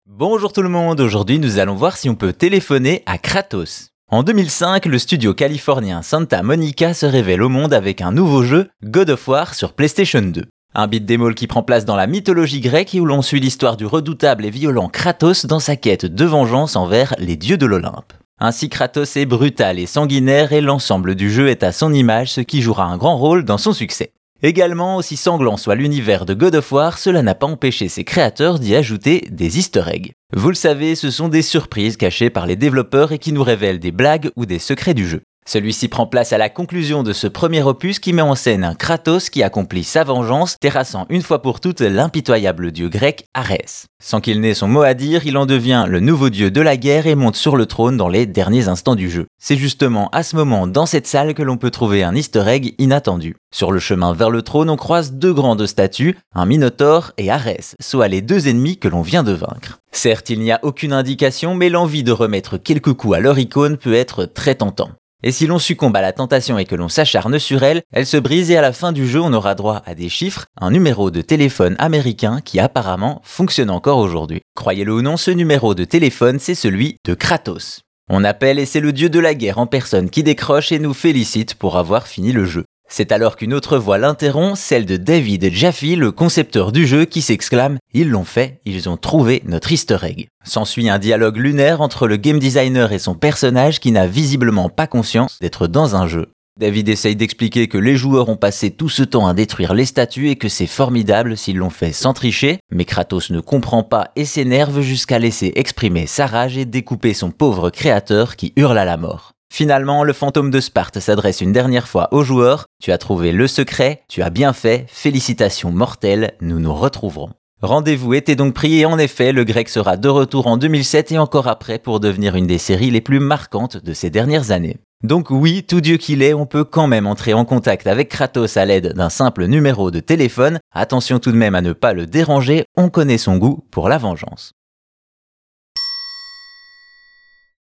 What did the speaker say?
Bonjour tout le monde, aujourd'hui nous allons voir si on peut téléphoner à Kratos. En 2005, le studio californien Santa Monica se révèle au monde avec un nouveau jeu, God of War sur PlayStation 2. Un beat'em all qui prend place dans la mythologie grecque et où l'on suit l'histoire du redoutable et violent Kratos dans sa quête de vengeance envers les dieux de l'Olympe. Ainsi Kratos est brutal et sanguinaire et l'ensemble du jeu est à son image, ce qui jouera un grand rôle dans son succès. Également, aussi sanglant soit l'univers de God of War, cela n'a pas empêché ses créateurs d'y ajouter des easter eggs. Vous le savez, ce sont des surprises cachées par les développeurs et qui nous révèlent des blagues ou des secrets du jeu. Celui-ci prend place à la conclusion de ce premier opus qui met en scène un Kratos qui accomplit sa vengeance, terrassant une fois pour toutes l'impitoyable dieu grec Arès. Sans qu'il n'ait son mot à dire, il en devient le nouveau dieu de la guerre et monte sur le trône dans les derniers instants du jeu. C'est justement à ce moment, dans cette salle, que l'on peut trouver un easter egg inattendu. Sur le chemin vers le trône, on croise deux grandes statues, un Minotaure et Arès, soit les deux ennemis que l'on vient de vaincre. Certes, il n'y a aucune indication, mais l'envie de remettre quelques coups à leur icône peut être très tentant. Et si l'on succombe à la tentation et que l'on s'acharne sur elle, elle se brise et à la fin du jeu on aura droit à des chiffres, un numéro de téléphone américain qui apparemment fonctionne encore aujourd'hui. Croyez-le ou non, ce numéro de téléphone c'est celui de Kratos. On appelle et c'est le dieu de la guerre en personne qui décroche et nous félicite pour avoir fini le jeu. C'est alors qu'une autre voix l'interrompt, celle de David Jaffe, le concepteur du jeu, qui s'exclame « Ils l'ont fait, ils ont trouvé notre easter egg ». S'ensuit un dialogue lunaire entre le game designer et son personnage qui n'a visiblement pas conscience d'être dans un jeu. David essaye d'expliquer que les joueurs ont passé tout ce temps à détruire les statues et que c'est formidable s'ils l'ont fait sans tricher, mais Kratos ne comprend pas et s'énerve jusqu'à laisser exprimer sa rage et découper son pauvre créateur qui hurle à la mort. Finalement, le fantôme de Sparte s'adresse une dernière fois aux joueurs. Tu as trouvé le secret, tu as bien fait, félicitations mortelles, nous nous retrouverons. Rendez-vous était donc pris et en effet, le grec sera de retour en 2007 et encore après pour devenir une des séries les plus marquantes de ces dernières années. Donc oui, tout dieu qu'il est, on peut quand même entrer en contact avec Kratos à l'aide d'un simple numéro de téléphone. Attention tout de même à ne pas le déranger, on connaît son goût pour la vengeance.